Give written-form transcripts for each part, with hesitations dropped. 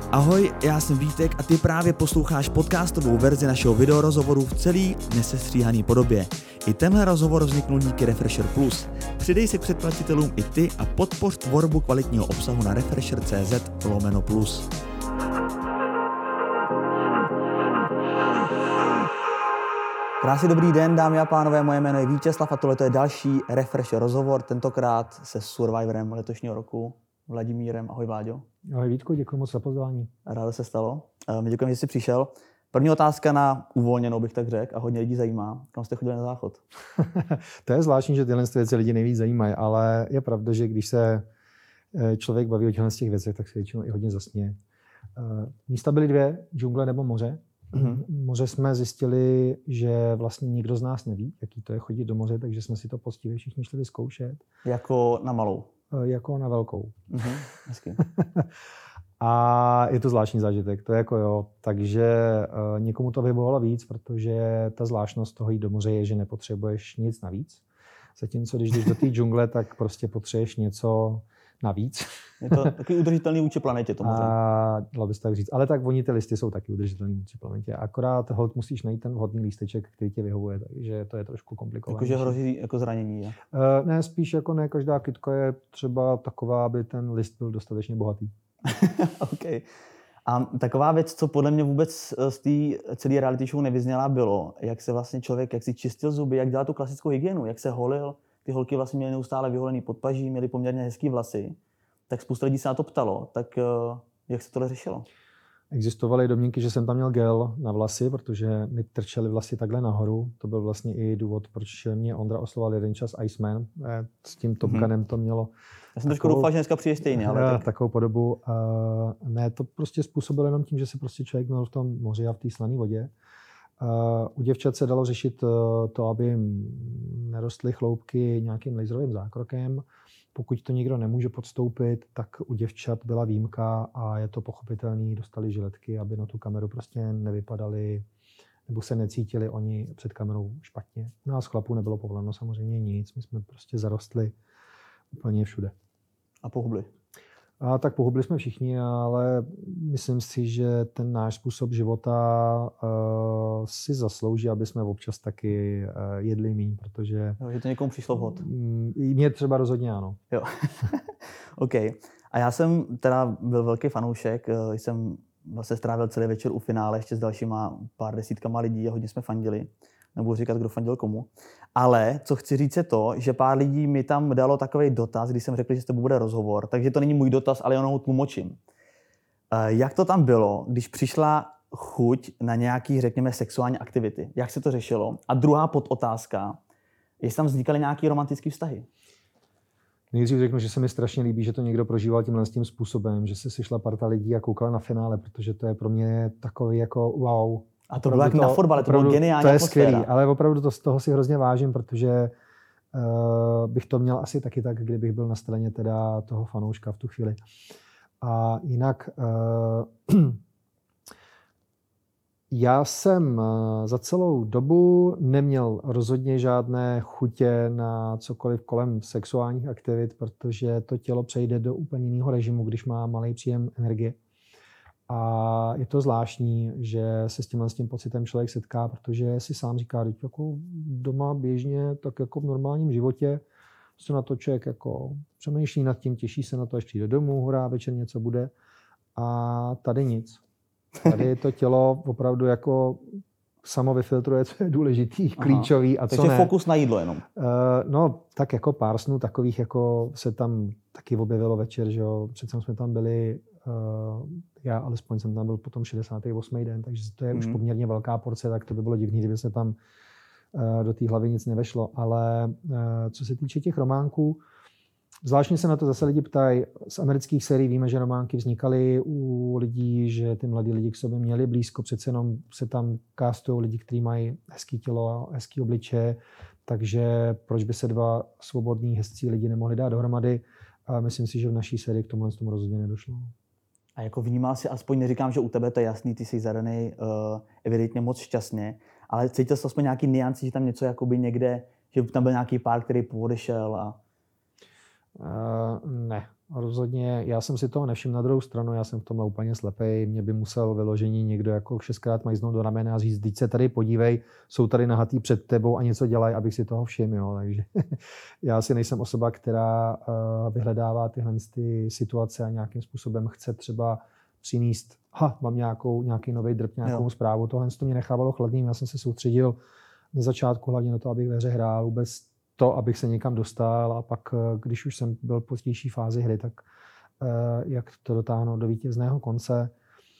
Ahoj, já jsem Vítek a ty právě posloucháš podcastovou verzi našeho videorozhovoru v celý nesestříhaný podobě. I tenhle rozhovor vzniknul díky Refresher Plus. Přidej se k předplatitelům i ty a podpoř tvorbu kvalitního obsahu na refresher.cz/plus. Krásný dobrý den, dámy a pánové, moje jméno je Vítězslav a tohle je další Refresher rozhovor, tentokrát se Survivorem letošního roku, Vladimírem. Ahoj Vláďo. Ahoj Vítku, děkuji moc za pozvání. Rádo se stalo. My děkujeme, že jsi přišel. První otázka na uvolněnou, bych tak řekl, a hodně lidí zajímá. Kam jste chodili na záchod? To je zvláštní, že tyhle věci lidi nejvíc zajímají, ale je pravda, že když se člověk baví o těch věcech, tak se většinou i hodně zasměje. Místa byly dvě, džungle nebo moře. Mm-hmm. Moře jsme zjistili, že vlastně nikdo z nás neví, jaký to je chodit do moře, takže jsme si to poctivě všichni šli vyzkoušet. Jako na malou? Jako na velkou. Mm-hmm. Hezky. A je to zvláštní zážitek, to je jako jo. Takže někomu to vyhovovalo víc, protože ta zvláštnost toho jít do moře je, že nepotřebuješ nic navíc. Zatímco když jdeš do té džungle, tak prostě potřebuješ něco navíc. Je to takový udržitelný vůči planetě to moře. A dalo by se tak říct. Ale tak oni ty listy jsou taky udržitelný vůči planetě. Akorát holt musíš najít ten vhodný lísteček, který ti vyhovuje, takže to je trošku komplikované. Jakože hrozí jako zranění, je? Ne, spíš jako ne každá kytka je třeba taková, aby ten list byl dostatečně bohatý. Okay. A taková věc, co podle mě vůbec z té celé reality show nevyzněla, bylo, jak se vlastně člověk, jak si čistil zuby, jak dělal tu klasickou hygienu, jak se holil. Ty holky vlastně měly neustále vyholený podpaží, měly poměrně hezký vlasy. Tak spousta lidí se na to ptalo. Tak jak se tohle řešilo? Existovaly domněnky, že jsem tam měl gel na vlasy, protože mi trčely vlasy takhle nahoru. To byl vlastně i důvod, proč mě Ondra oslovoval jeden čas Iceman. S tím Top Gunem to mělo. Já jsem trošku doufal, že dneska přijde stejně, ale tak. Takovou podobu. Ne, to prostě způsobilo jenom tím, že se prostě člověk měl v tom moři a v té slané vodě. U děvčat se dalo řešit to, aby jim nerostly chloupky nějakým laserovým zákrokem. Pokud to nikdo nemůže podstoupit, tak u děvčat byla výjimka a je to pochopitelný, dostali žiletky, aby na tu kameru prostě nevypadali nebo se necítili oni před kamerou špatně. U nás chlapů nebylo povoleno samozřejmě nic, my jsme prostě zarostli úplně všude. A pohubli? A tak pohubli jsme všichni, ale myslím si, že ten náš způsob života si zaslouží, aby jsme občas taky jedli míň, protože... Jo, že to někomu přišlo vhod. Mně třeba rozhodně ano. Jo. OK. A já jsem teda byl velký fanoušek, jsem vlastně strávil celý večer u finále ještě s dalšíma pár desítkama lidí a hodně jsme fandili. Nebudu říkat, kdo fandil komu. Ale co chci říct je to, že pár lidí mi tam dalo takový dotaz, když jsem řekl, že to bude rozhovor, takže to není můj dotaz, ale jenom ho tlumočím. Jak to tam bylo, když přišla chuť na nějaký, řekněme, sexuální aktivity? Jak se to řešilo? A druhá podotázka, jestli tam vznikaly nějaký romantický vztahy? Nejdřív řeknu, že se mi strašně líbí, že to někdo prožíval tímhle tím způsobem, že se sešla parta lidí a koukala na finále, protože to je pro mě takový jako wow. A to bylo jak na fotbale, to bylo geniální atmosféra. To je skvělý, ale opravdu z toho si hrozně vážím, protože bych to měl asi taky tak, kdybych byl na straně teda toho fanouška v tu chvíli. A jinak já jsem za celou dobu neměl rozhodně žádné chutě na cokoliv kolem sexuálních aktivit, protože to tělo přejde do úplně jiného režimu, když má malý příjem energie. A je to zvláštní, že se s tím pocitem člověk setká, protože si sám říká, že jako doma běžně, tak jako v normálním životě se na to člověk jako přemýšlí nad tím, těší se na to, až přijde domů, hurá, večer něco bude. A tady nic. Tady to tělo opravdu jako samo vyfiltruje, co je důležitý, klíčový a co ne. Takže fokus na jídlo jenom. No, tak jako pár snů takových jako se tam taky objevilo večer, že jo. Přece jsme tam byli, já alespoň jsem tam byl potom 68. den, takže to je už poměrně velká porce, tak to by bylo divný, kdyby se tam do té hlavy nic nevešlo. Ale co se týče těch románků, zvláštně se na to zase lidi ptají. Z amerických sérií víme, že románky vznikaly u lidí, že ty mladí lidi k sobě měli blízko, přece jenom se tam castují lidi, kteří mají hezké tělo, hezký obličeje, takže proč by se dva svobodní, hezcí lidi nemohli dát dohromady? A myslím si, že v naší sérii k tomu rozhodně nedošlo. A jako vnímal si, aspoň neříkám, že u tebe to je jasný, ty jsi zadaný evidentně moc šťastně, ale cítil jsi aspoň nějaký nianci, že tam něco jakoby někde, že tam byl nějaký pár, který odešel a... Ne. Rozhodně, já jsem si toho nevšiml na druhou stranu, já jsem v tomhle úplně slepej, mě by musel vyložení někdo jako 6krát majznout do ramene a říct, teď se tady podívej, jsou tady nahatý před tebou a něco dělají, abych si toho všiml, jo. Takže já si nejsem osoba, která vyhledává tyhle ty situace a nějakým způsobem chce třeba přinést, mám nějaký nový drb, nějakou zprávu, tohle to mě nechávalo chladným, já jsem se soustředil na začátku hlavně na to, abych ve hře hrál, vůbec to, abych se někam dostal a pak, když už jsem byl v pozdější fázi hry, tak jak to dotáhnout do vítězného konce.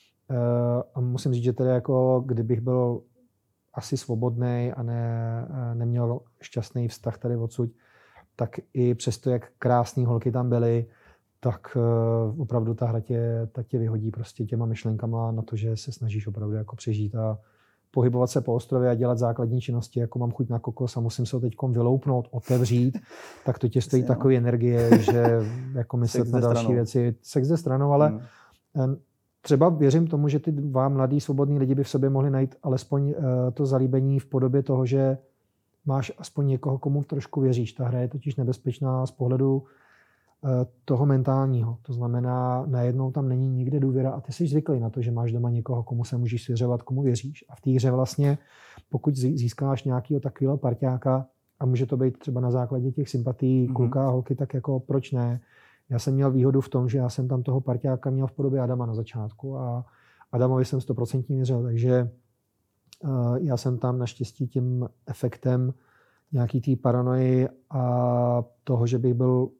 A musím říct, že tedy jako kdybych byl asi svobodný a neměl šťastný vztah tady odsud, tak i přesto, jak krásný holky tam byly, tak opravdu ta hra tě vyhodí prostě těma myšlenkama na to, že se snažíš opravdu jako přežít a pohybovat se po ostrově a dělat základní činnosti, jako mám chuť na kokos a musím se ho teď vyloupnout, otevřít, tak to tě stojí takové energie, že jako myslet na další věci. Sex jde stranou, ale třeba věřím tomu, že ty dva mladí svobodní lidi by v sobě mohli najít alespoň to zalíbení v podobě toho, že máš aspoň někoho, komu trošku věříš. Ta hra je totiž nebezpečná z pohledu toho mentálního. To znamená, najednou tam není nikde důvěra a ty jsi zvyklý na to, že máš doma někoho, komu se můžeš svěřovat, komu věříš. A v té hře vlastně, pokud získáš nějakého takového parťáka, a může to být třeba na základě těch sympatií kluka a holky, tak jako proč ne? Já jsem měl výhodu v tom, že já jsem tam toho parťáka měl v podobě Adama na začátku a Adamovi jsem 100% věřil, takže já jsem tam naštěstí tím efektem nějaký té paranoji a toho, že bych byl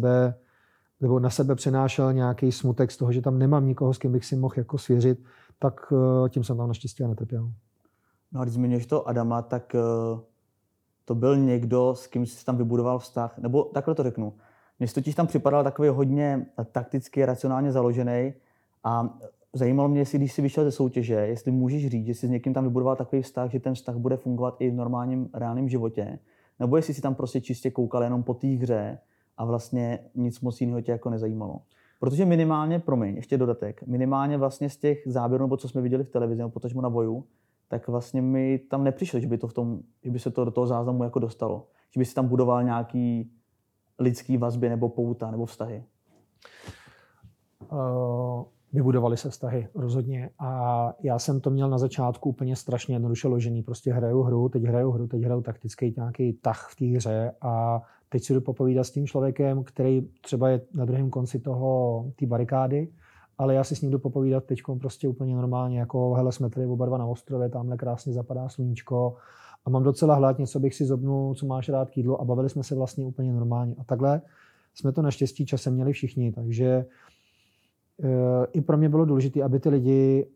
na sebe přenášel nějaký smutek z toho, že tam nemám nikoho, s kým bych si mohl jako svěřit, tak tím jsem tam naštěstí netrpěl. No a když zmiňuješ to Adama, tak to byl někdo, s kým jsi tam vybudoval vztah, nebo takhle to řeknu. Mně totiž tam připadal takový hodně takticky, racionálně založený a zajímalo mě, jestli když jsi vyšel ze soutěže, jestli můžeš říct, že jsi s někým tam vybudoval takový vztah, že ten vztah bude fungovat i v normálním reálném životě, nebo jestli si tam prostě čistě koukal jenom po té hře a vlastně nic moc jiného tě jako nezajímalo. Protože minimálně, ještě dodatek, minimálně vlastně z těch záběrů, nebo co jsme viděli v televizi, nebo potažmo na Voju, tak vlastně mi tam nepřišlo, že by se to do toho záznamu jako dostalo. Že by si tam budoval nějaký lidský vazby nebo pouta nebo vztahy. Vybudovaly se vztahy rozhodně a já jsem to měl na začátku úplně strašně jednoduše ložený. Prostě hraju hru, teď hraju taktický nějaký tah v té hře a teď si jdu popovídat s tím člověkem, který třeba je na druhém konci té barikády, ale já si s ním jdu popovídat teď prostě úplně normálně, jako hele, jsme tady oba dva na ostrově, tamhle krásně zapadá sluníčko a mám docela hlad, něco bych si zobnul, co máš rád k jídlu a bavili jsme se vlastně úplně normálně. A takhle jsme to naštěstí časem měli všichni, takže i pro mě bylo důležité, aby ty lidi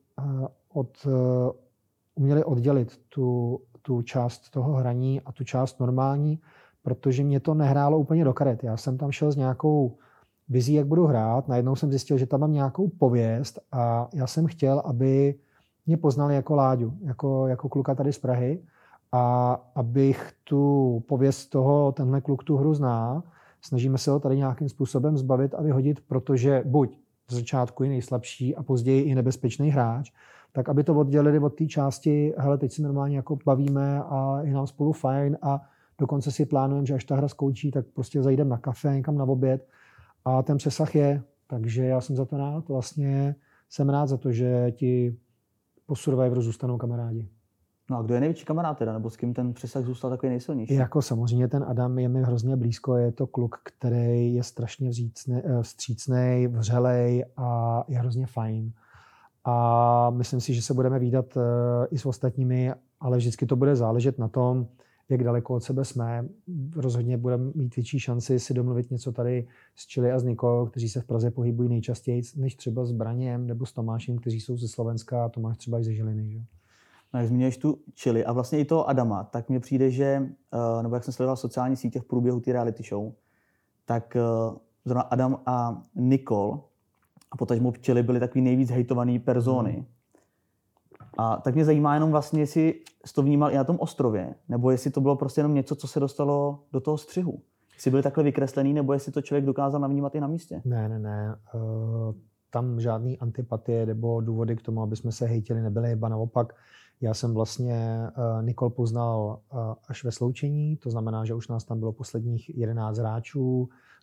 uměli oddělit tu část toho hraní a tu část normální, protože mě to nehrálo úplně do karet. Já jsem tam šel s nějakou vizí, jak budu hrát. Najednou jsem zjistil, že tam mám nějakou pověst a já jsem chtěl, aby mě poznali jako Láďu, jako kluka tady z Prahy a abych tu pověst toho, tenhle kluk tu hru zná, snažíme se ho tady nějakým způsobem zbavit a vyhodit, protože buď v začátku je nejslabší a později i nebezpečný hráč, tak aby to oddělili od té části, hele, teď si normálně jako bavíme a je nám spolu fajn a dokonce si plánujeme, že až ta hra skončí, tak prostě zajdeme na kafe, někam na oběd a ten přesah je, takže já jsem za to rád, vlastně jsem rád za to, že ti po Survivoru zůstanou kamarádi. No a kdo je největší kamarád teda, nebo s kým ten přesah zůstal takový nejsilnější? Jako samozřejmě ten Adam je mi hrozně blízko, je to kluk, který je strašně vstřícnej, vřelej a je hrozně fajn. A myslím si, že se budeme vídat i s ostatními, ale vždycky to bude záležet na tom, jak daleko od sebe jsme. Rozhodně budeme mít větší šanci si domluvit něco tady s Chili a s Nikolou, kteří se v Praze pohybují nejčastěji, než třeba s Braněm nebo s Tomášem, kteří jsou ze Slovenska a Tomáš třeba i ze Žiliny. Že? No, jak zmíníš tu Chili a vlastně i toho Adama, tak mně přijde, že, nebo jak jsem sledoval v sociálních sítích v průběhu té reality show, tak zrovna Adam a Nikol a potažmo Chili byly takový nejvíc hejtovaný persony. A tak mě zajímá jenom vlastně, jestli jsi to vnímal i na tom ostrově, nebo jestli to bylo prostě jenom něco, co se dostalo do toho střihu. Jestli byli takhle vykreslený, nebo jestli to člověk dokázal navnímat i na místě. Ne. Tam žádný antipatie nebo důvody k tomu, aby jsme se hejtili, nebyly, ba naopak. Já jsem vlastně Nikol poznal až ve sloučení, to znamená, že už nás tam bylo posledních 11 hráčů.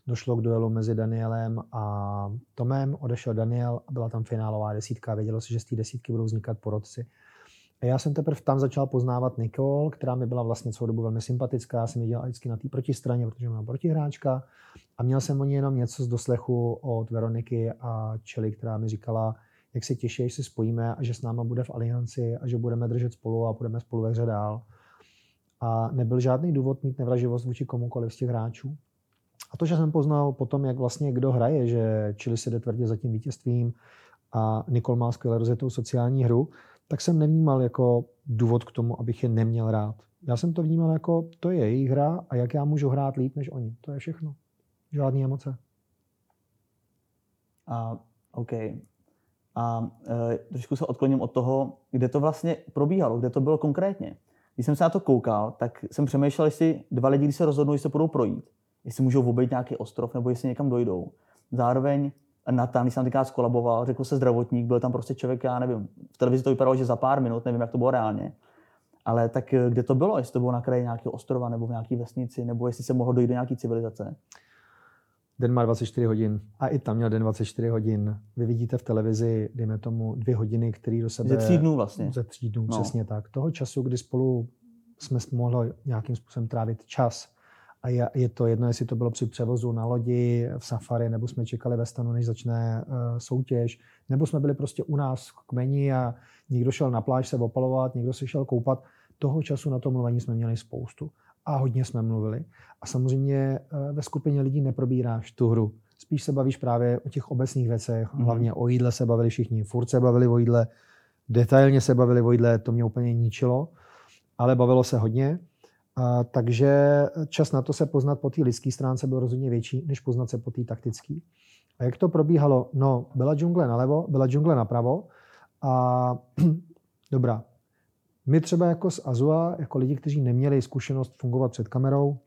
došlo k duelu mezi Danielem a Tomem, odešel Daniel a byla tam finálová desítka. Vědělo se, že z té desítky budou vznikat porotci. A já jsem teprve tam začal poznávat Nicole, která mi byla vlastně celou dobu velmi sympatická. Já jsem ji dělal vždycky na té protistraně, protože mám protihráčka. A měl jsem o ní jenom něco z doslechu od Veroniky a Čely, která mi říkala, jak se těší, že se spojíme a že s náma bude v alianci a že budeme držet spolu a budeme spolu ve hře dál. A nebyl žádný důvod mít nevraživost vůči komukoliv z těch hráčů. A to, že jsem poznal potom, jak vlastně kdo hraje, že Čily se jde tvrdě za tím vítězstvím a Nicole má skvěle rozjetou sociální hru, tak jsem nevnímal jako důvod k tomu, abych je neměl rád. Já jsem to vnímal jako, to je jejich hra a jak já můžu hrát líp než oni. To je všechno. Žádný emoce. OK. Trošku se odkloním od toho, kde to vlastně probíhalo, kde to bylo konkrétně. Když jsem se na to koukal, tak jsem přemýšlel, jestli dva lidi, když se rozhodnou, že se budou projít, jestli můžou obejít nějaký ostrov nebo jestli někam dojdou. Zároveň Nathan, když jsem tenkrát skolaboval, řekl se zdravotník, byl tam prostě člověk, já nevím, v televizi to vypadalo, že za pár minut, nevím, jak to bylo reálně. Ale tak kde to bylo? Jestli to bylo na kraji nějakého ostrova nebo v nějaké vesnici, nebo jestli se mohlo dojít do nějaké civilizace? Den má 24 hodin a i tam měl den 24 hodin. Vy vidíte v televizi, dejme tomu, 2 hodiny, který do sebe... Ze 3 dnů vlastně. Ze 3 dnů, no. Přesně tak. Toho času, kdy spolu jsme mohli nějakým způsobem trávit čas. A je to jedno, jestli to bylo při převozu na lodi, v safari, nebo jsme čekali ve stanu, než začne soutěž, nebo jsme byli prostě u nás v kmeni a někdo šel na pláž se opalovat, někdo se šel koupat. Toho času na to mluvení jsme měli spoustu. A hodně jsme mluvili. A samozřejmě ve skupině lidí neprobíráš tu hru. Spíš se bavíš právě o těch obecných věcech. Hlavně o jídle se bavili všichni. Furt se bavili o jídle. Detailně se bavili o jídle. To mě úplně ničilo. Ale bavilo se hodně. Takže čas na to se poznat po té lidské stránce byl rozhodně větší, než poznat se po té taktické. A jak to probíhalo? No, byla džungle nalevo, byla džungle napravo. A dobrá. My třeba jako z Azua, jako lidi, kteří neměli zkušenost fungovat před kamerou,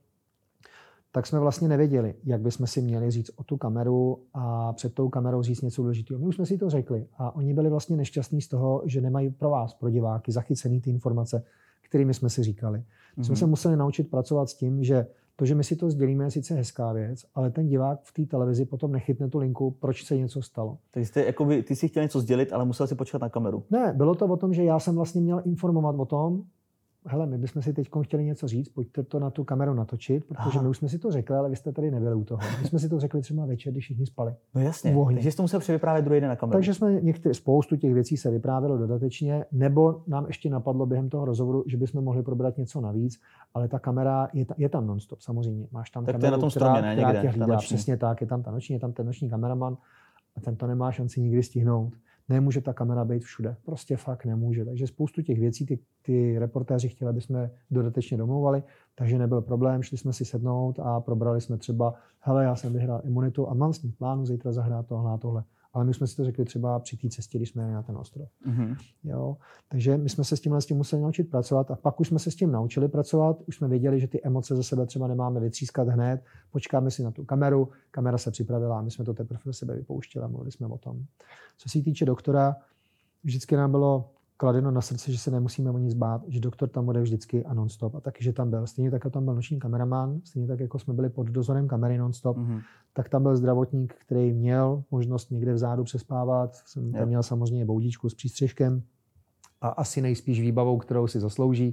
tak jsme vlastně nevěděli, jak bychom si měli říct o tu kameru a před tou kamerou říct něco důležitého. My už jsme si to řekli a oni byli vlastně nešťastní z toho, že nemají pro vás, pro diváky, zachycený ty informace, kterými jsme si říkali. Jsme se museli naučit pracovat s tím, že to, že my si to sdělíme, je sice hezká věc, ale ten divák v té televizi potom nechytne tu linku, proč se něco stalo. Takže ty jsi chtěl něco sdělit, ale musel si počkat na kameru. Ne, bylo to o tom, že já jsem vlastně měl informovat o tom, hele, my bychom si teď chtěli něco říct, pojďte to na tu kameru natočit, protože my už jsme si to řekli, ale vy jste tady nebyli u toho. My jsme si to řekli třeba večer, když všichni spali. No jasně, takže jsi to musel převyprávět druhý den na kameru. Takže jsme spoustu těch věcí se vyprávělo dodatečně, nebo nám ještě napadlo během toho rozhovoru, že bychom mohli probrat něco navíc, ale ta kamera je tam non-stop, samozřejmě. Máš tam tak kameru, to je na tom stromě, ne? která tě hlídá. Přesně tak, je tam ta noční, je tam ten noční kameraman a ten to nemá šanci nikdy stihnout. Nemůže ta kamera být všude. Prostě fakt nemůže. Takže spoustu těch věcí ty reportéři chtěli, aby jsme dodatečně domlouvali, takže nebyl problém. Šli jsme si sednout a probrali jsme třeba, hele, já jsem vyhrál imunitu a mám s ním plánu zítra zahrát tohle a tohle. Ale my jsme si to řekli třeba při té cestě, když jsme jeli na ten ostrov. Jo? Takže my jsme se s tím museli naučit pracovat a pak už jsme se s tím naučili pracovat. Už jsme věděli, že ty emoce ze sebe třeba nemáme vytřískat hned. Počkáme si na tu kameru, kamera se připravila a my jsme to teprve ze sebe vypouštěli a mluvili jsme o tom. Co se týče doktora, vždycky nám bylo kladeno na srdce, že se nemusíme o nic bát, že doktor tam bude vždycky a non-stop. A taky, že tam byl. Stejně tak, jako tam byl noční kameraman, stejně tak, jako jsme byli pod dozorem kamery non-stop, tak tam byl zdravotník, který měl možnost někde vzadu přespávat. Jsem tam měl samozřejmě boudičku s přístřeškem a asi nejspíš výbavou, kterou si zaslouží.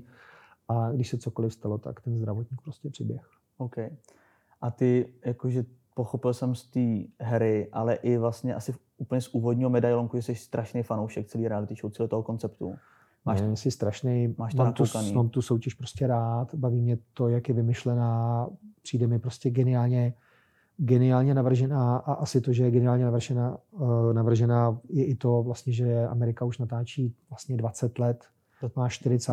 A když se cokoliv stalo, tak ten zdravotník prostě přiběh. OK. A ty, jakože pochopil jsem z té hry, ale i vlastně asi úplně z úvodního medailonku, že jsi strašný fanoušek celý reality show, celého toho konceptu. Jsi strašný, mám tu soutěž prostě rád, baví mě to, jak je vymyšlená, přijde mi prostě geniálně navržená a asi to, že je geniálně navržená je i to vlastně, že Amerika už natáčí vlastně 20 let. Má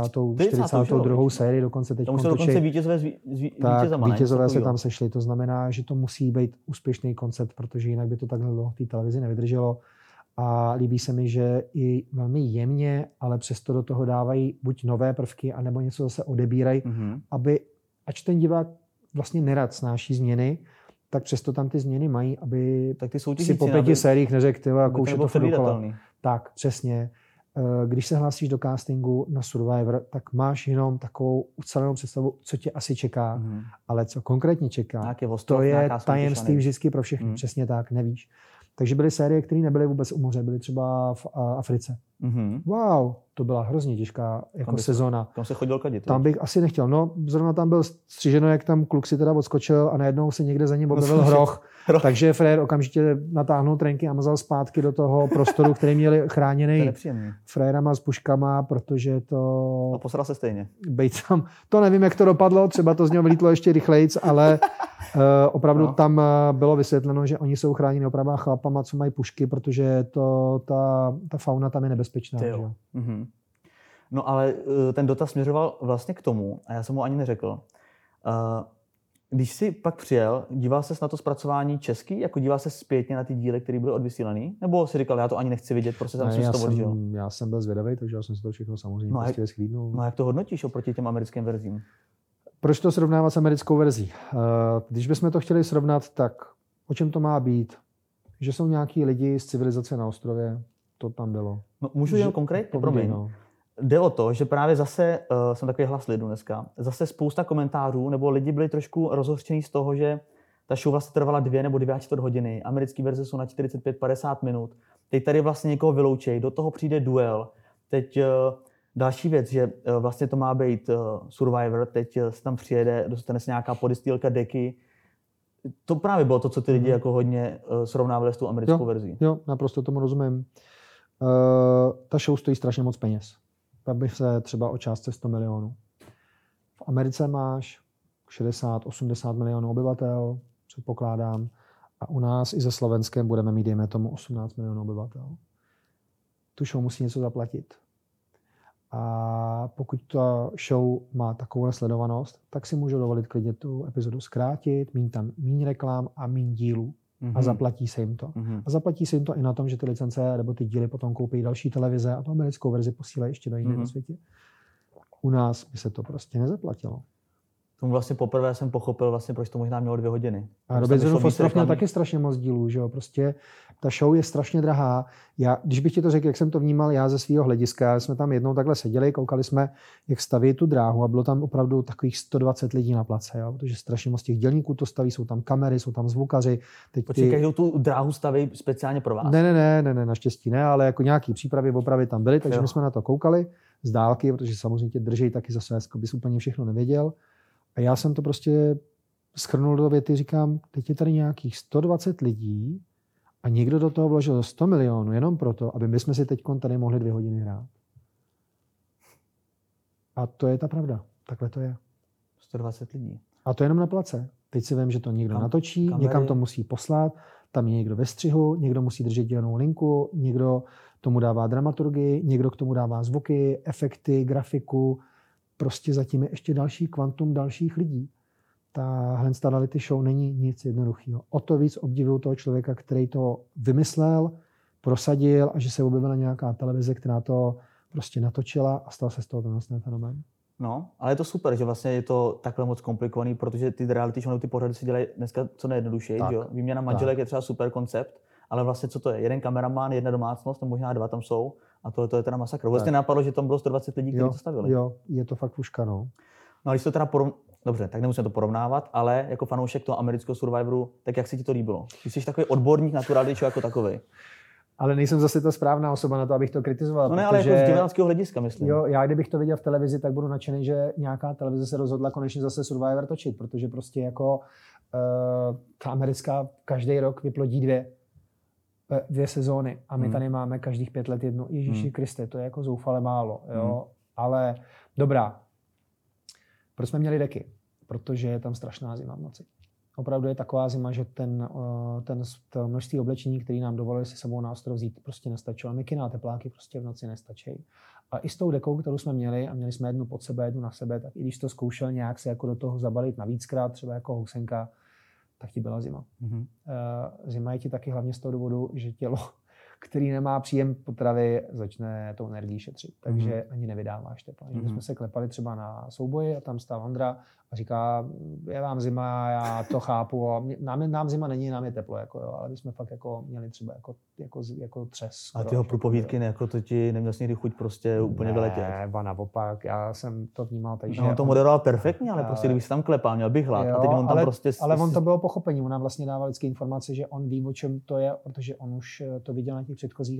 42. sérii, dokonce teď kontočí. Dokonce vítězové se tam sešli, to znamená, že to musí být úspěšný koncept, protože jinak by to takhle dlouho v té televizi nevydrželo. A líbí se mi, že i velmi jemně, ale přesto do toho dávají buď nové prvky, anebo něco zase odebírají, aby, ač ten divák vlastně nerad snáší změny, tak přesto tam ty změny mají, aby tak ty si po 5 sériích neřekl, jako už je to dokola. Tak, přesně. když se hlásíš do castingu na Survivor, tak máš jenom takovou ucelenou představu, co tě asi čeká, ale co konkrétně čeká, to je tajemství vždycky pro všechny. Přesně tak, nevíš. Takže byly série, které nebyly vůbec u moře, byly třeba v Africe. Wow, to byla hrozně těžká jako sezóna. Tam se chodil kadit. Tam bych asi nechtěl. No, zrovna tam byl střiženo, jak tam kluk si teda odskočil a najednou se někde za ním objevil hroch. Takže Frér okamžitě natáhnul trenky a mazal zpátky do toho prostoru, který měli chráněný frérama s puškama, protože to... A posral se stejně. Bejt tam. To nevím, jak to dopadlo, třeba to z něho vylítlo ještě rychlejc, ale opravdu tam bylo vysvětleno, že oni jsou chráněni opravdu chlapama, co mají pušky, protože ta fauna tam je nebezpečná. Že? No ale ten dotaz směřoval vlastně k tomu, a já jsem mu ani neřekl. Když jsi pak přijel, díval ses na to zpracování český, jako díval ses zpětně na ty díly, které byly odvysílaný? Nebo si říkal, já to ani nechci vidět, prostě tam jsem to odžil? Já jsem byl zvědavý, takže já jsem si to všechno samozřejmě prostě schlídnul. No a jak to hodnotíš oproti těm americkým verzím? Proč to srovnávat s americkou verzí? Když bychom to chtěli srovnat, tak o čem to má být? Že jsou nějaký lidi z civilizace na ostrově, to tam bylo. No, můžu jenom konkrétně? Promiň. No. Jde o to, že právě zase, jsem takový hlas lidu dneska, zase spousta komentářů, nebo lidi byli trošku rozhořčení z toho, že ta show vlastně trvala 2 nebo 2,25 hodiny, americké verze jsou na 45-50 minut. Teď tady vlastně někoho vyloučej, do toho přijde duel. Teď další věc, že vlastně to má být Survivor, teď se tam přijede, dostane se nějaká podistýlka deky. To právě bylo to, co ty lidi jako hodně srovnávali s tou americkou verzí. Jo, naprosto tomu rozumím. Ta show stojí strašně moc peněz. Baví se třeba o částce 100 milionů. V Americe máš 60-80 milionů obyvatel, předpokládám, a u nás i ze Slovenskem budeme mít, dejme tomu, 18 milionů obyvatel. Tu show musí něco zaplatit. A pokud ta show má takovou sledovanost, tak si můžou dovolit klidně tu epizodu zkrátit, mít tam méně reklam a méně dílů. A zaplatí se jim to. A zaplatí se jim to i na tom, že ty licence nebo ty díly potom koupí další televize a tu americkou verzi posílají ještě do jiného světě. U nás by se to prostě nezaplatilo. Tomu vlastně poprvé jsem pochopil, vlastně, proč to možná mělo 2 hodiny. A Robinson Fostrov měl taky strašně moc dílů, že jo? Prostě ta show je strašně drahá. Když bych ti to řekl, jak jsem to vnímal já ze svého hlediska, jsme tam jednou takhle seděli, koukali jsme, jak staví tu dráhu a bylo tam opravdu takových 120 lidí na place, jo? Protože strašně moc těch dělníků to staví, jsou tam kamery, jsou tam zvukaři. Počkej, každou tu dráhu staví speciálně pro vás? Ne, naštěstí ne, ale jako nějaký přípravy, opravy tam byly, takže my jsme na to koukali z dálky, protože samozřejmě tě drží taky zase, jako bys úplně všechno nevěděl. A já jsem to prostě shrnul do věty, říkám, teď je tady nějakých 120 lidí a někdo do toho vložil 100 milionů jenom proto, aby my jsme si teď tady mohli 2 hodiny hrát. A to je ta pravda. Takhle to je. 120 lidí. A to jenom na place. Teď si vím, že to někdo natočí, kamery. Někam to musí poslat, tam je někdo ve střihu, někdo musí držet dělenou linku, někdo tomu dává dramaturgii, někdo k tomu dává zvuky, efekty, grafiku. Prostě zatím je ještě další kvantum dalších lidí. Tahle reality show není nic jednoduchého. O to víc obdivuju toho člověka, který to vymyslel, prosadil a že se objevila nějaká televize, která to prostě natočila a stal se z toho ten fenomén. No, ale je to super, že vlastně je to takhle moc komplikovaný, protože ty reality show, ty pořady si dělají dneska co nejjednodušeji. Výměna manželek je třeba super koncept, ale vlastně co to je? Jeden kameraman, jedna domácnost, nebo možná 2 tam jsou. A to je teda masakr. Vlastně napadlo, že tam bylo 120 lidí, kteří to stavili. Jo, je to fakt fuška, no. No a když to teda dobře, tak nemusíme to porovnávat, ale jako fanoušek toho amerického Survivoru, tak jak se ti to líbilo? Ty jsi takový odborník na tu reality show jako takovej. Ale nejsem zase ta správná osoba na to, abych to kritizoval. No ne, ale jako z diváckého hlediska, myslím. Jo, já kdybych to viděl v televizi, tak budu nadšený, že nějaká televize se rozhodla konečně zase Survivor točit, protože prostě jako ta americká každý rok vyplodí 2 sezóny a my tady máme každých 5 let jednu. Ježíši Kriste, to je jako zoufale málo. Jo? Ale dobrá. Proč jsme měli deky? Protože je tam strašná zima v noci. Opravdu je taková zima, že to množství oblečení, které nám dovolili si sebou na ostrov vzít, prostě nestačilo. Mikiny a tepláky prostě v noci nestačí. A i s tou dekou, kterou jsme měli, a měli jsme jednu pod sebe, jednu na sebe, tak i když to zkoušel nějak se jako do toho zabalit navíckrát, třeba jako housenka, tak ti byla zima. Zima je ti taky hlavně z toho důvodu, že tělo který nemá příjem potravy, začne tou energii šetřit. Takže ani nevydáváš teplo. My jsme se klepali třeba na souboji a tam stál Ondra a říká, je vám zima, já to chápu. A nám zima není, nám je teplo. Jako, jo, ale my jsme fakt jako měli třeba jako třes. A tyho průpovídky, jako to ti neměl jsi někdy chuť prostě úplně vyletět? Ne, ba naopak, já jsem to vnímal tak, že... On to moderoval perfektně, ale prostě kdyby se tam klepal, měl bych hlad. Jo, a teď on tam prostě... Ale on to bylo pochopení, on nám vlastně dával vždycky informace, že on ví, o čem to je, protože on už to viděl na těch předchozích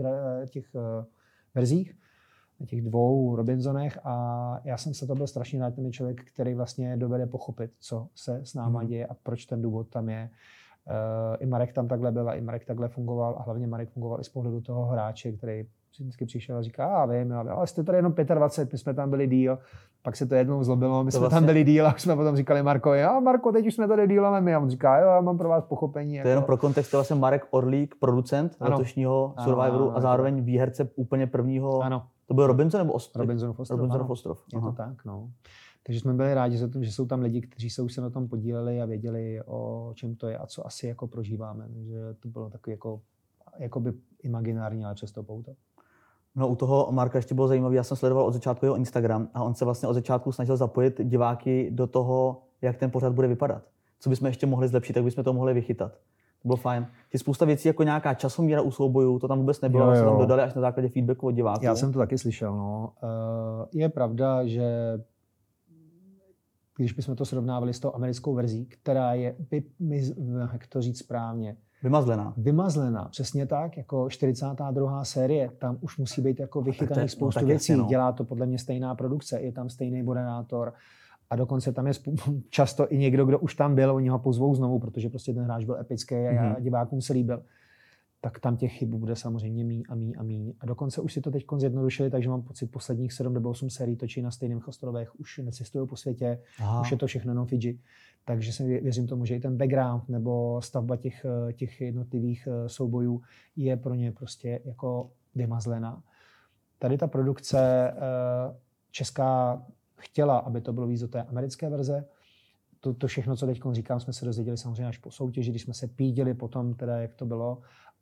verzích, na těch 2 Robinsonech a já jsem se to byl strašně rád, ten člověk, který vlastně dovede pochopit, co se s náma děje a proč ten důvod tam je. I Marek tam takhle byl a i Marek takhle fungoval a hlavně Marek fungoval i z pohledu toho hráče, který vždycky přišel a říká, vím, ale jste tady jenom 25, my jsme tam byli díl, pak se to jednou zlobilo, my jsme tam byli díl a už jsme potom říkali Markovi, Marko, teď už jsme tady díleme my a on říká, jo, já mám pro vás pochopení. To je jenom pro kontext, to je vlastně Marek Orlík, producent letošního Survivoru a zároveň výherce úplně prvního, to byl Robinson nebo Ostrov? Robinson Ostrov. Je to tak, no. Takže jsme byli rádi, že jsou tam lidi, kteří se už se na tom podíleli a věděli, o čem to je a co asi jako prožíváme. Takže to bylo takový jako by imaginární, ale přesto pouto. No u toho Marka ještě bylo zajímavé, já jsem sledoval od začátku jeho Instagram a on se vlastně od začátku snažil zapojit diváky do toho, jak ten pořad bude vypadat. Co bychom ještě mohli zlepšit, tak bychom to mohli vychytat. To bylo fajn. Ty spousta věcí jako nějaká časomíra u soubojů, to tam vůbec nebylo, ale se tam dodali až na základě feedbacku od diváků. Já jsem to taky slyšel. No. Je pravda, že když bychom to srovnávali s tou americkou verzí, která je, jak to říct správně, Vymazlená, přesně tak, jako 42. série, tam už musí být jako vychytaných spoustu věcí, dělá to podle mě stejná produkce, je tam stejný moderátor a dokonce tam je často i někdo, kdo už tam byl, oni ho pozvou znovu, protože prostě ten hráč byl epický a divákům se líbil. Tak tam těch chyb bude samozřejmě míň a míň. A dokonce už si to teď zjednodušili, takže mám pocit, posledních 7 nebo 8 sérií točí na stejných ostrovech, už necestují po světě, už je to všechno jenom Fidži. Takže si věřím tomu, že i ten background nebo stavba těch jednotlivých soubojů je pro ně prostě jako vymazlená. Tady ta produkce česká chtěla, aby to bylo víc do té americké verze. To všechno, co teď říkám, jsme se dozvěděli samozřejmě až po soutěži, když jsme se pídili potom, teda, jak to bylo.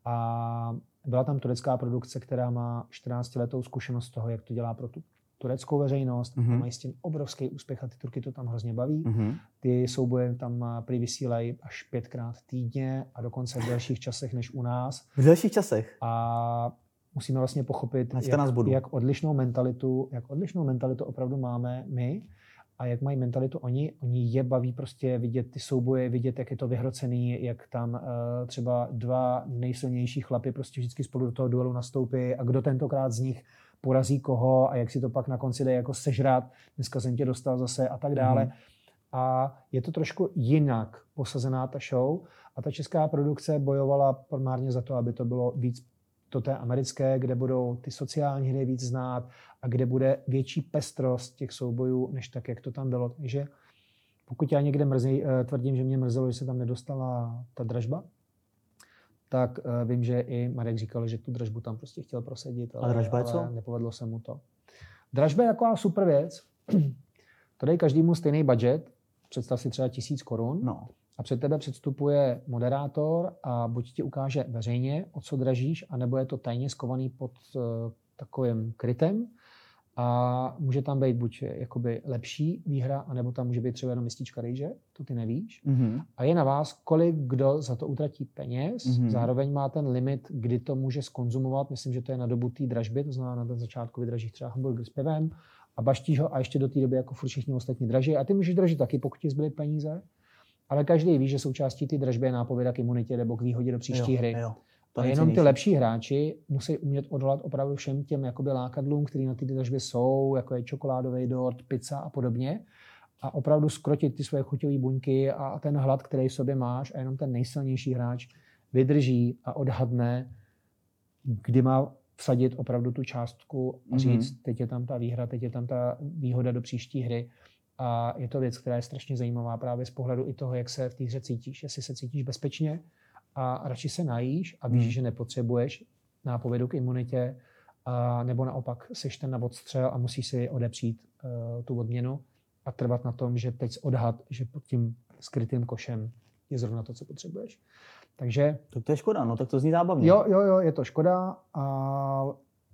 A byla tam turecká produkce, která má 14letou zkušenost toho, jak to dělá pro tu tureckou veřejnost. A mají s tím obrovský úspěch a ty Turky to tam hrozně baví. Ty souboje tam prý vysílají až 5krát týdně a dokonce v delších časech než u nás. V delších časech? A musíme vlastně pochopit, jak odlišnou mentalitu opravdu máme my a jak mají mentalitu oni. Oni je baví prostě vidět ty souboje, vidět, jak je to vyhrocený, jak tam třeba 2 nejsilnější chlapy prostě vždycky spolu do toho duelu nastoupí a kdo tentokrát z nich porazí koho a jak si to pak na konci jde jako sežrat, dneska jsem tě dostal zase a tak dále. A je to trošku jinak posazená ta show a ta česká produkce bojovala primárně za to, aby to bylo víc do té americké, kde budou ty sociální hry víc znát a kde bude větší pestrost těch soubojů, než tak, jak to tam bylo. Takže pokud já někde tvrdím, že mě mrzelo, že se tam nedostala ta dražba, tak vím, že i Marek říkal, že tu dražbu tam prostě chtěl prosadit, ale nepovedlo se mu to. Dražba je taková super věc. To dají každému stejný budget, představ si třeba 1000 korun. No. A před tebe předstupuje moderátor a buď ti ukáže veřejně, o co dražíš, anebo je to tajně skovaný pod takovým krytem. A může tam být buď jakoby lepší výhra, anebo tam může být třeba jenom mistička rejže, to ty nevíš. A je na vás, kolik kdo za to utratí peněz. Zároveň má ten limit, kdy to může skonzumovat. Myslím, že to je na dobu té dražby, to znamená na ten začátku vydražíš třeba hamburger s pivem a baštíš ho a ještě do té doby jako furt všichni ostatní draží. A ty můžeš dražit taky, pokud ti zbyly peníze. Ale každý ví, že součástí té dražby je nápověda k imunitě nebo k výhodě do příští hry. A jenom ty lepší hráči musí umět odolat opravdu všem těm jakoby lákadlům, které na té dražbě jsou, jako je čokoládový dort, pizza a podobně. A opravdu skrotit ty svoje chuťové buňky a ten hlad, který v sobě máš a jenom ten nejsilnější hráč vydrží a odhadne, kdy má vsadit opravdu tu částku a říct, teď je tam ta výhra, teď je tam ta výhoda do příští hry. A je to věc, která je strašně zajímavá právě z pohledu i toho, jak se v té hře cítíš. Jestli se cítíš bezpečně a radši se najíš a víš, že nepotřebuješ nápovědu k imunitě, nebo naopak seš ten na odstřel a musíš si odepřít tu odměnu a trvat na tom, že teď odhad, že pod tím skrytým košem je zrovna to, co potřebuješ. Takže... Tak to je škoda, no tak to zní zábavně. Jo, je to škoda a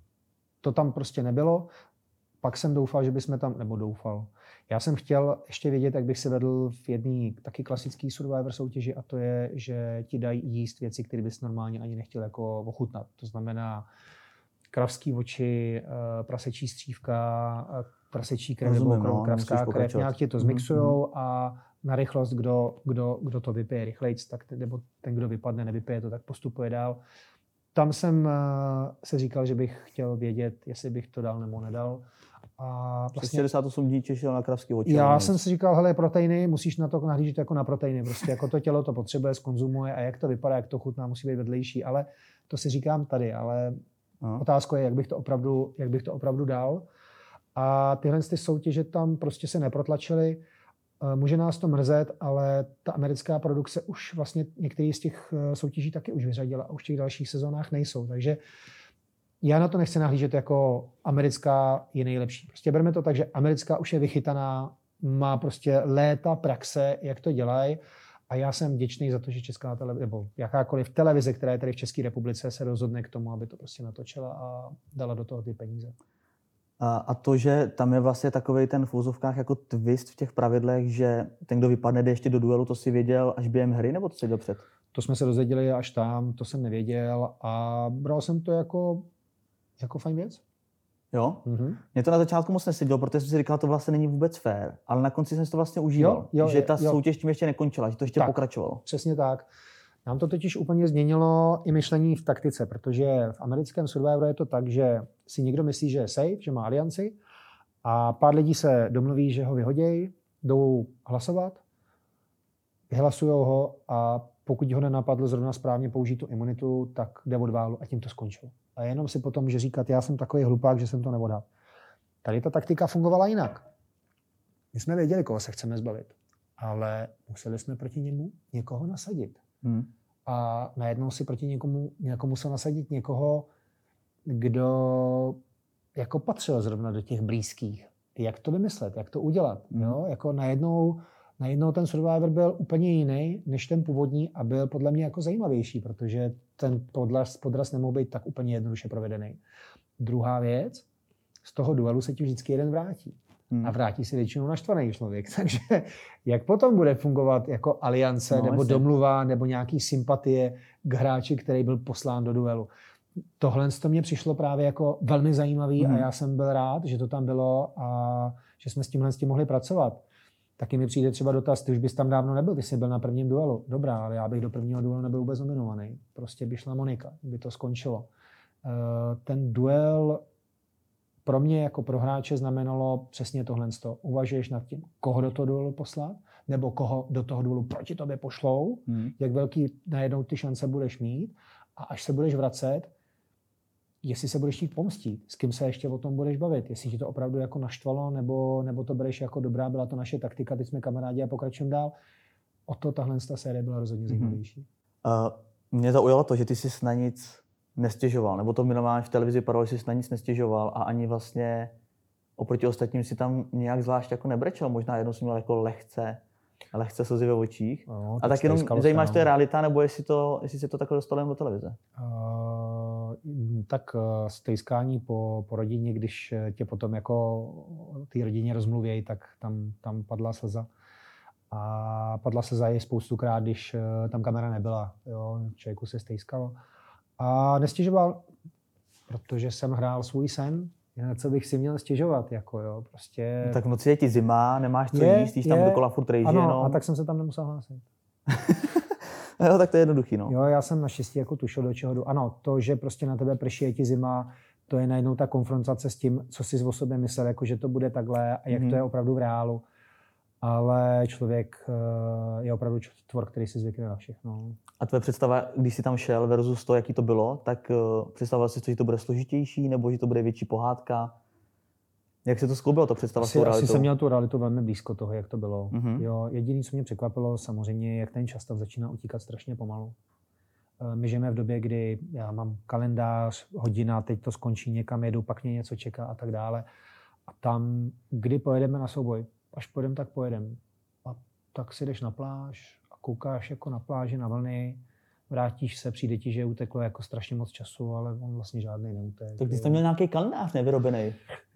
to tam prostě nebylo. Pak jsem doufal, že bychom tam, nebo doufal. Já jsem chtěl ještě vědět, jak bych se vedl v jedné taky klasické Survivor soutěži, a to je, že ti dají jíst věci, které bys normálně ani nechtěl jako ochutnat. To znamená kravský oči, prasečí střívka, prasečí krev nebo kravská krev. Nějak ti to zmixujou a na rychlost, kdo to vypije rychlejc, tak nebo ten, kdo vypadne, nevypije to, tak postupuje dál. Tam jsem se říkal, že bych chtěl vědět, jestli bych to dal nebo nedal. A vlastně 68 dní češel na kravský oči. Já jsem si říkal, hele, proteiny, musíš na to nahlížet jako na proteiny. Prostě jako to tělo to potřebuje, zkonzumuje a jak to vypadá, jak to chutná, musí být vedlejší. Ale to si říkám tady, ale otázka je, jak bych to opravdu dal. A tyhle ty soutěže tam prostě se neprotlačily. Může nás to mrzet, ale ta americká produkce už vlastně některé z těch soutěží taky už vyřadila a už v těch dalších sezónách nejsou. Takže já na to nechci nahlížet jako americká je nejlepší. Prostě bereme to tak, že americká už je vychytaná, má prostě léta praxe, jak to dělají. A já jsem vděčný za to, že česká televize, nebo jakákoliv televize, která je tady v České republice, se rozhodne k tomu, aby to prostě natočila a dala do toho ty peníze. A to, že tam je vlastně takovej ten v úzovkách jako twist v těch pravidlech, že ten, kdo vypadne, jde ještě do duelu, to si věděl až během hry, nebo to si dopřed? To jsme se dozvěděli až tam, to jsem nevěděl a bral jsem to jako fajn věc. Jo? Mě to na začátku moc nesedělo, protože jsem si říkal, že to vlastně není vůbec fair, ale na konci jsem si to vlastně užíval, že ta soutěž tím ještě nekončila, že to ještě pokračovalo. Přesně tak. Nám to totiž úplně změnilo i myšlení v taktice, protože v americkém Survivoru je to tak, že si někdo myslí, že je safe, že má alianci a pár lidí se domluví, že ho vyhodějí, jdou hlasovat, vyhlasujou ho a pokud ho nenapadlo zrovna správně použít tu imunitu, tak jde od válu a tím to skončilo. A jenom si potom může říkat, já jsem takový hlupák, že jsem to neodhadl. Tady ta taktika fungovala jinak. My jsme věděli, koho se chceme zbavit, ale museli jsme proti němu někoho nasadit. A najednou si proti někomu musel nasadit někoho, kdo jako patřil zrovna do těch blízkých. Jak to vymyslet, jak to udělat. Jo? Jako najednou ten Survivor byl úplně jiný než ten původní a byl podle mě jako zajímavější, protože ten podraz nemohl být tak úplně jednoduše provedený. Druhá věc, z toho duelu se ti vždycky jeden vrátí. A vrátí se většinou naštvaný člověk. Takže jak potom bude fungovat jako aliance nebo domluva nebo nějaký sympatie k hráči, který byl poslán do duelu. Tohle to mě přišlo právě jako velmi zajímavý a já jsem byl rád, že to tam bylo a že jsme s tímhle mohli pracovat. Taky mi přijde třeba dotaz, ty už bys tam dávno nebyl, ty jsi byl na prvním duelu. Dobrá, ale já bych do prvního duelu nebyl vůbec nominovaný. Prostě by šla Monika, by to skončilo. Ten duel pro mě jako pro hráče znamenalo přesně tohle. Uvažuješ nad tím, koho do toho duelu poslat, nebo koho do toho duelu proti tobě pošlou, jak velký najednou ty šance budeš mít a až se budeš vracet, jestli se budeš chtít pomstít, s kým se ještě o tom budeš bavit, jestli ti to opravdu jako naštvalo, nebo to bereš jako dobrá, byla to naše taktika, teď jsme kamarádi a pokračujeme dál. O to tahle série byla rozhodně zajímavější. Mě zaujalo to, že ty jsi na nic nestěžoval, nebo to minimálně v televizi padalo, že jsi na nic nestěžoval a ani vlastně oproti ostatním si tam nějak zvlášť jako nebrečel. Možná jednou jsi měl jako lehce slzy ve očích. No, a tak jenom zajímá, že to je realita, nebo jestli se to takhle dostalo jen do televize? Tak stejskání po rodině, když tě potom jako té rodině rozmluvějí, tak tam padla slza. A padla slza i spoustukrát, když tam kamera nebyla. Jo, člověku se stejskalo. A nestěžoval, protože jsem hrál svůj sen, na co bych si měl stěžovat. Jako, jo, prostě... No, tak v noci je ti zima, nemáš co jíst, jíš tam dokola furt rejži. Ano, a tak jsem se tam nemusel hlásit. Jo, tak to je jednoduchý, no. Jo, já jsem naštěstí jako tušil, do čeho jdu. Ano, to, že prostě na tebe prší, je ti zima, to je najednou ta konfrontace s tím, co jsi o sobě myslel, jako že to bude takhle a jak to je opravdu v reálu. Ale člověk je opravdu tvor, který si zvykne na všechno. A tvoje představa, když jsi tam šel versus to, jaký to bylo, tak představoval jsi, že to bude složitější, nebo že to bude větší pohádka? Jak se to skloubilo, to představa s tou realitou? Asi jsem měl tu realitu velmi blízko toho, jak to bylo. Jo, jediné, co mě překvapilo, samozřejmě, jak ten čas tam začíná utíkat strašně pomalu. My žijeme v době, kdy já mám kalendář, hodina, teď to skončí, někam jedu, pak mě něco čeká a tak dále. A tam, kdy pojedeme na souboj, až pojedeme, tak pojedeme. A tak si jdeš na pláž a koukáš jako na pláži, na vlny, vrátíš se, přijde ti, že uteklo jako strašně moc času, ale on vlastně žádný neutek. Tak ty jsi tam měl nějaký kalendář nevyrobený.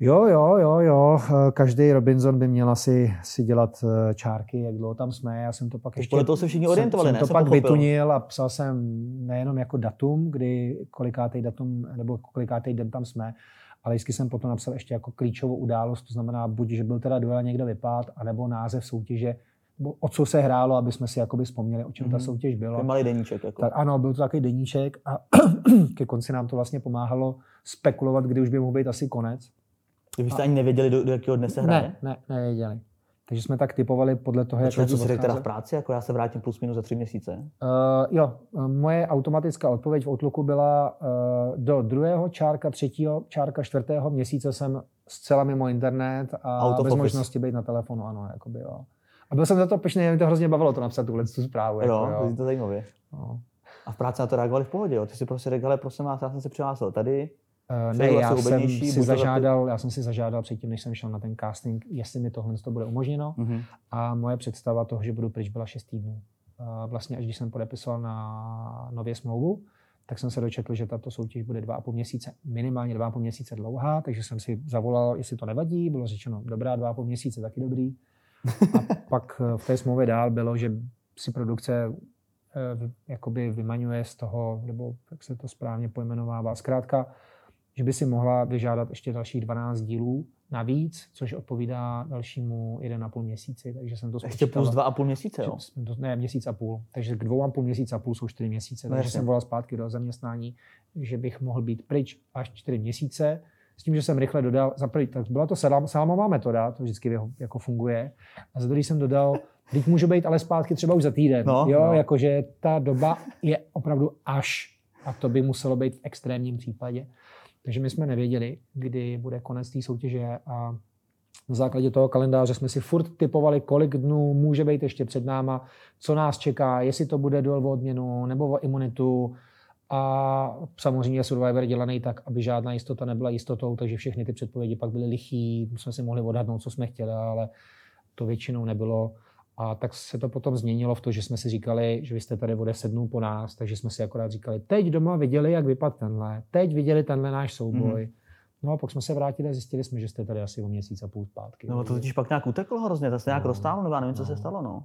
Jo. Každý Robinson by měl asi si dělat čárky, jak dlouho tam jsme. Já jsem to pak ještě... Podle toho se všichni orientovali, ne? Jsem to pak vytunil a psal jsem nejenom jako datum, kdy kolikátej datum, nebo kolikátej den tam jsme, ale vždycky jsem potom napsal ještě jako klíčovou událost, to znamená buď, že byl teda duel někde vypad, anebo název soutěže, o co se hrálo, aby jsme si jakoby vzpomněli, o čem ta soutěž byla. To malý deníček. Jako. Tak, ano, byl to takový deníček a ke konci nám to vlastně pomáhalo spekulovat, kdy už by mohl být asi konec. Vy jste ani nevěděli, do jakého dne se hraje? Ne, nevěděli. Takže jsme tak typovali podle toho, jak... Co jsi řekl teda v práci? Jako já se vrátím plus minus za 3 měsíce? Moje automatická odpověď v Outlooku byla do 2., čárka 3., čárka 4. měsíce jsem zcela mimo internet a bez možnosti být na telefonu, ano, jakoby, jo. A byl jsem za to pyšný, mě to hrozně bavilo to napsat tu zprávu. Jo, to zajímavě. No. A v práci na to reagovali v pohodě, jo? Ty si prostě řekl, ale prosím vás, já jsem se přihlásil tady. Ne, já jsem si zažádal předtím, než jsem šel na ten casting, jestli mi tohle bude umožněno. Mm-hmm. A moje představa toho, že budu pryč, byla 6 týdnů. Vlastně až když jsem podepisoval na nově smlouvu, tak jsem se dočetl, že tato soutěž bude 2,5 měsíce, minimálně 2,5 měsíce dlouhá, takže jsem si zavolal, jestli to nevadí, bylo řečeno, dobrá, 2,5 měsíce, taky dobrý. A pak v té smlouvě dál bylo, že si produkce jakoby vymaňuje z toho, nebo jak se to správně pojmenovává, zkrátka, že by si mohla vyžádat ještě dalších 12 dílů navíc, což odpovídá dalšímu 1,5 měsíci, takže jsem to spočítal. Ještě plus 2,5 měsíce, jo? Ne, měsíc a půl. Takže k 2,5 měsíce a půl jsou 4 měsíce. Takže jsem volal zpátky do zaměstnání, že bych mohl být pryč až 4 měsíce. S tím, že jsem rychle dodal, tak byla to salámová metoda, to vždycky jako funguje. A za druhý jsem dodal, teď můžu být ale zpátky třeba už za týden. Jakože ta doba je opravdu až. A to by muselo být v extrémním případě. Takže my jsme nevěděli, kdy bude konec té soutěže a na základě toho kalendáře jsme si furt typovali, kolik dnů může být ještě před náma, co nás čeká, jestli to bude duel o odměnu nebo o imunitu. A samozřejmě Survivor dělaný tak, aby žádná jistota nebyla jistotou, takže všechny ty předpovědi pak byly lichý, jsme si mohli odhadnout, co jsme chtěli, ale to většinou nebylo. A tak se to potom změnilo v to, že jsme si říkali, že vy jste tady o 10 dnů po nás, takže jsme si akorát říkali, teď doma viděli, jak vypadl tenhle, teď viděli tenhle náš souboj. No a pak jsme se vrátili a zjistili jsme, že jste tady asi o měsíc a půl zpátky. No to totiž pak nějak uteklo hrozně, to se nějak roztáhlo, nebo já nevím, co se stalo, no.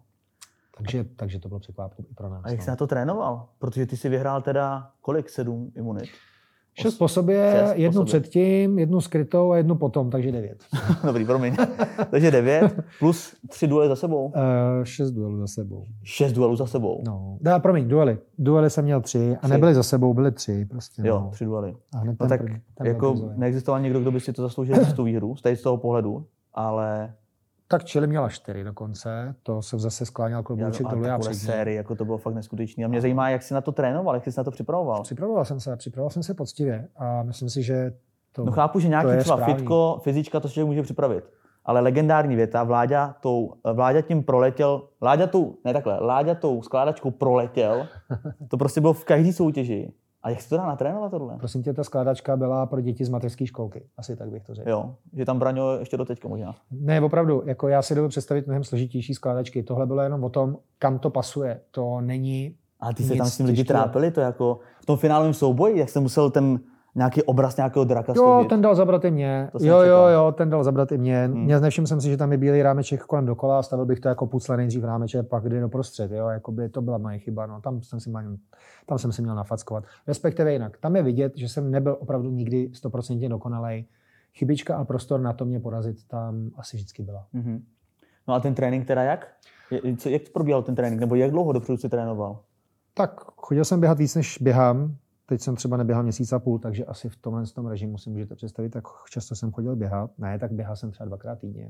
Takže to bylo překvapení i pro nás. A jak jsi na to trénoval? Protože ty si vyhrál teda kolik? 7 imunit? 6 po sobě, jednu předtím, jednu skrytou a jednu potom, takže 9. Dobrý, promiň. Takže 9 plus 3 duely za sebou? 6 duelů za sebou. 6 duelů za sebou? No. Promiň, duely. Duely jsem měl 3 a nebyly za sebou, byly 3. Prostě, jo, no. 3 duely. No tak jako neexistoval někdo, kdo by si to zasloužil z tu výhru, z toho pohledu, ale... Tak Chile měla 4 dokonce, to se zase skláněl klobouček dolů a přední. Sérii, jako to bylo fakt neskutečný. A mě zajímá, jak jsi na to trénoval, jak jsi na to připravoval. Připravoval jsem se poctivě a myslím si, že to no chápu, že nějaký třeba fitko, fyzička, to se může připravit. Ale legendární věta, Vláďa tím proletěl, Láďa tou skládačkou proletěl, to prostě bylo v každé soutěži. A jak se to dá natrénovat tohle? Prosím tě, ta skládačka byla pro děti z mateřské školky. Asi tak bych to řekl. Jo, že tam Braňo ještě do teďka možná. Ne, opravdu, jako já si dovedu představit mnohem složitější skládačky. Tohle bylo jenom o tom, kam to pasuje. To není. A ty se tam s tím lidi trápili, to jako v tom finálovém souboji, jak jsi musel ten nějaký obraz nějakého draka složit. Jo, ten dal zabrat i mě. Jo, ten dal zabrat i mě. Nevšiml jsem si, že tam je bílý rámeček kolem dokola a stavil bych to jako pucle nejdřív rámeček, pak jde doprostřed. Jo, jakoby to byla moje chyba. No. Tam jsem si měl nafackovat. Respektive jinak. Tam je vidět, že jsem nebyl opravdu nikdy 100% dokonalej. Chybička a prostor na to mě porazit tam asi vždycky byla. Mm-hmm. No a ten trénink teda jak? Jak probíhal ten trénink? Nebo jak dlouho dopředu si trénoval? Tak chodil jsem běhat víc, než běhám. Teď jsem třeba neběhal měsíc a půl, takže asi v tomhle režimu si můžete představit, tak často jsem chodil běhat. Ne, tak běhal jsem třeba 2krát týdně.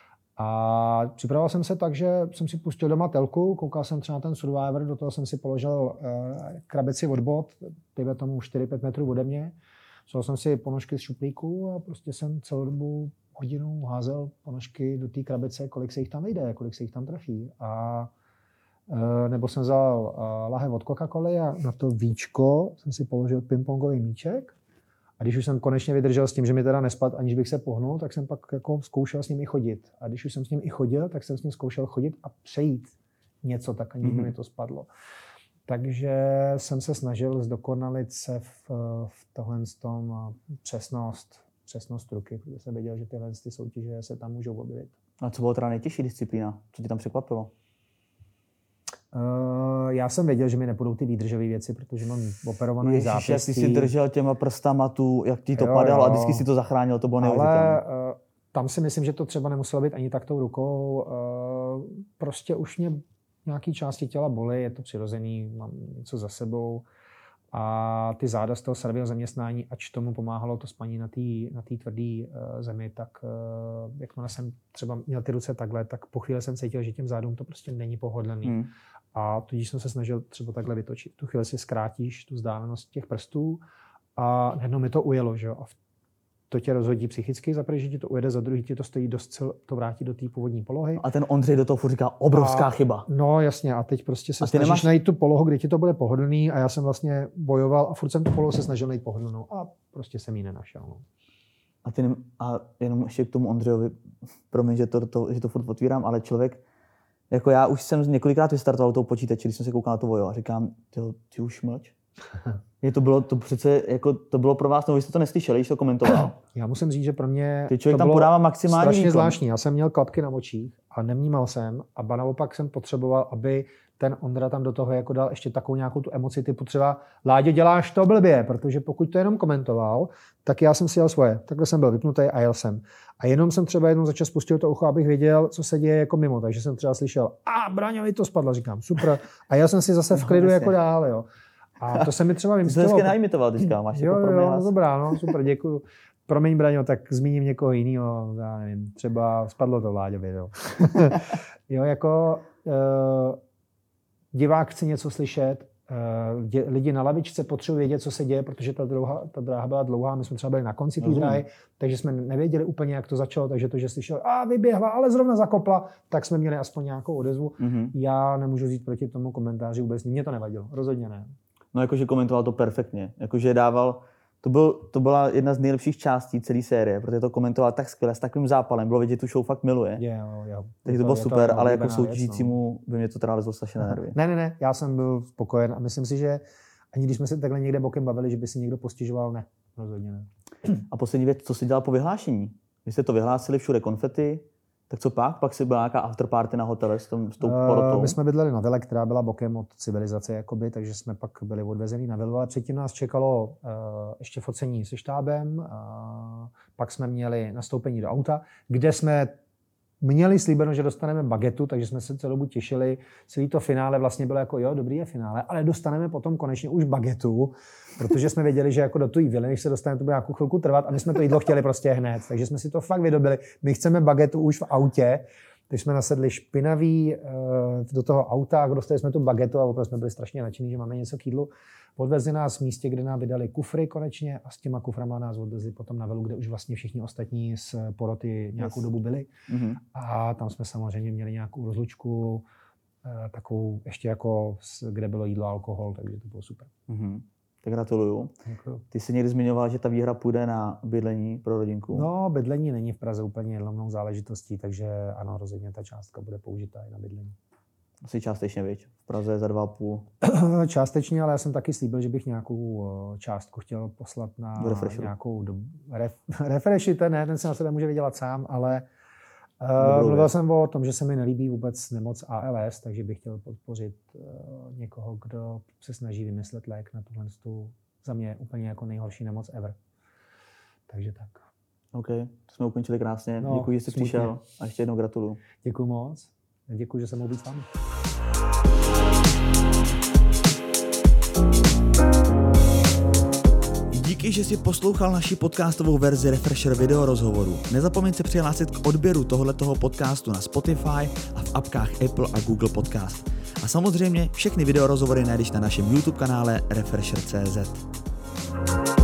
A připravoval jsem se tak, že jsem si pustil doma telku, koukal jsem třeba na ten Survivor, do toho jsem si položil krabici od bot, dejme tomu 4-5 metrů ode mě. Vzal jsem si ponožky z šuplíku a prostě jsem celou dobu hodinu házel ponožky do té krabice, kolik se jich tam vyjde, kolik se jich tam trefí. A nebo jsem vzal lahev od Coca-Coly a na to víčko jsem si položil pingpongový míček. A když už jsem konečně vydržel s tím, že mi teda nespadl, aniž bych se pohnul, tak jsem pak jako zkoušel s ním i chodit. A když už jsem s ním i chodil, tak jsem s ním zkoušel chodit a přejít něco, tak ani by mi to spadlo. Takže jsem se snažil zdokonalit se v tohle tom přesnost ruky, protože jsem věděl, že tyhle soutěže se tam můžou objevit. A co bylo teda nejtěžší disciplína? Co ti tam překvapilo? Já jsem věděl, že mi nepůjdou ty výdržové věci, protože mám operovaný zápěstí. Jak ty si držel těma prstama tu, jak ti to padalo a vždycky si to zachránil, to bylo neuvěřitelné. Ale tam si myslím, že to třeba nemuselo být ani tak tou rukou. Prostě už mě nějaký části těla bolí, je to přirozený, mám něco za sebou. A ty záda z toho servého zaměstnání, ač tomu pomáhalo to spaní na té tvrdé zemi, tak jakmile jsem třeba měl ty ruce takhle, tak po chvíli jsem cítil, že těm zádům to prostě není pohodlný. A tudíž jsem se snažil třeba takhle vytočit. Tu chvíli si zkrátíš tu vzdálenost těch prstů a najednou mi to ujelo, že jo. A to tě rozhodí psychicky, za první, že ti to ujede, za druhý ti to stojí dost to vrátit do té původní polohy. A ten Ondřej do toho furt říká obrovská chyba. No jasně, a teď prostě se snažíš najít tu polohu, kde ti to bude pohodlný a já jsem vlastně bojoval a furt jsem tu polohu se snažil najít pohodlnou a prostě jsem ji nenašel. No. A jenom ještě k tomu Ondřejovi, promiň, že to furt otvírám, ale člověk, jako já už jsem několikrát vystartoval tou počítači, když jsem se koukal na to vojo a říkám, ty už mlč. To bylo pro vás, no vy jste to neslyšeli, když to komentoval. Já musím říct, že pro mě to tam podává maximální strašně zvláštní. Já jsem měl klapky na očích a nevnímal jsem a naopak jsem potřeboval, aby ten Ondra tam do toho jako dal ještě takovou nějakou tu emoci typu třeba Láďo, děláš to blbě, protože pokud to jenom komentoval, tak já jsem si jel svoje. Takhle jsem byl vypnutý a jel jsem. A jenom jsem třeba jednou za čas pustil to ucho, abych věděl, co se děje jako mimo. Takže jsem třeba slyšel, Braňovi to spadlo, říkám, super. A já jsem si zase v klidu jako dál, jo. A to se mi třeba vymyslelo. Ty jsi hezky naimitoval teďka, máš jo, dobrá, no, super, děkuju. Promiň, Braňo, tak zmíním někoho jiného, já nevím, třeba spadlo to Láďovi, jo. Jo, jako divák chce něco slyšet, lidi na lavičce potřebují vědět, co se děje, protože ta dráha byla dlouhá, my jsme třeba byli na konci té dráhy, takže jsme nevěděli úplně, jak to začalo, takže to, že slyšel, vyběhla, ale zrovna zakopla, tak jsme měli aspoň nějakou odezvu. Já nemůžu říct proti tomu komentáři vůbec, mě to nevadilo, rozhodně ne. No jakože komentoval to perfektně, jakože dával, to byla jedna z nejlepších částí celé série, protože to komentoval tak skvěle, s takovým zápalem, bylo vidět, že tu show fakt miluje. Jo. Takže to bylo super, ale jako soutěžícímu by mě to teda lezlo strašně na nervy. Ne, já jsem byl spokojen a myslím si, že ani když jsme se takhle někde bokem bavili, že by si někdo postižoval, ne, rozhodně ne. A poslední věc, co jsi dělal po vyhlášení? Vy jste to vyhlásili, všude konfety, tak co pak? Pak si byla nějaká afterparty na hotele s tou porotou? My jsme bydleli na vile, která byla bokem od civilizace, jakoby, takže jsme pak byli odvezení na vilu, ale předtím nás čekalo ještě focení se štábem, pak jsme měli nastoupení do auta, kde jsme měli slíbeno, že dostaneme bagetu, takže jsme se celou dobu těšili. Celý to finále vlastně bylo jako, jo, dobrý je finále, ale dostaneme potom konečně už bagetu, protože jsme věděli, že jako do té vily, než se dostaneme, to bude nějakou chvilku trvat a my jsme to jídlo chtěli prostě hned. Takže jsme si to fakt vydobili. My chceme bagetu už v autě, takže jsme nasedli špinaví do toho auta a dostali jsme tu bagetu a opravdu jsme byli strašně nadšení, že máme něco k jídlu. Odvezli nás v místě, kde nám vydali kufry konečně a s těma kuframa nás odvezli potom na vilu, kde už vlastně všichni ostatní z poroty nějakou dobu byli. A tam jsme samozřejmě měli nějakou rozlučku, takovou ještě jako, kde bylo jídlo a alkohol, takže to bylo super. Tak gratuluju. Děkuju. Ty jsi někdy zmiňoval, že ta výhra půjde na bydlení pro rodinku. No, bydlení není v Praze úplně jednomnou záležitostí, takže ano, rozhodně ta částka bude použitá i na bydlení. Asi částečně, viď? V Praze za 2,5. Částečně, ale já jsem taky slíbil, že bych nějakou částku chtěl poslat na nějakou refreshi, ten se na sebe může vydělat sám, ale mluvil jsem o tom, že se mi nelíbí vůbec nemoc ALS, takže bych chtěl podpořit někoho, kdo se snaží vymyslet lék na tuhle za mě úplně jako nejhorší nemoc ever. Takže tak. OK, to jsme ukončili krásně. No, děkuji, že jsi přišel a ještě jednou gratuluju. Děkuji moc. Děkuji, že jsem mohl být s vámi. Díky, že jsi poslouchal naši podcastovou verzi Refresher video rozhovoru. Nezapomeň se přihlásit k odběru tohletoho podcastu na Spotify a v apkách Apple a Google Podcast. A samozřejmě všechny video rozhovory najdeš na našem YouTube kanále Refresher.cz.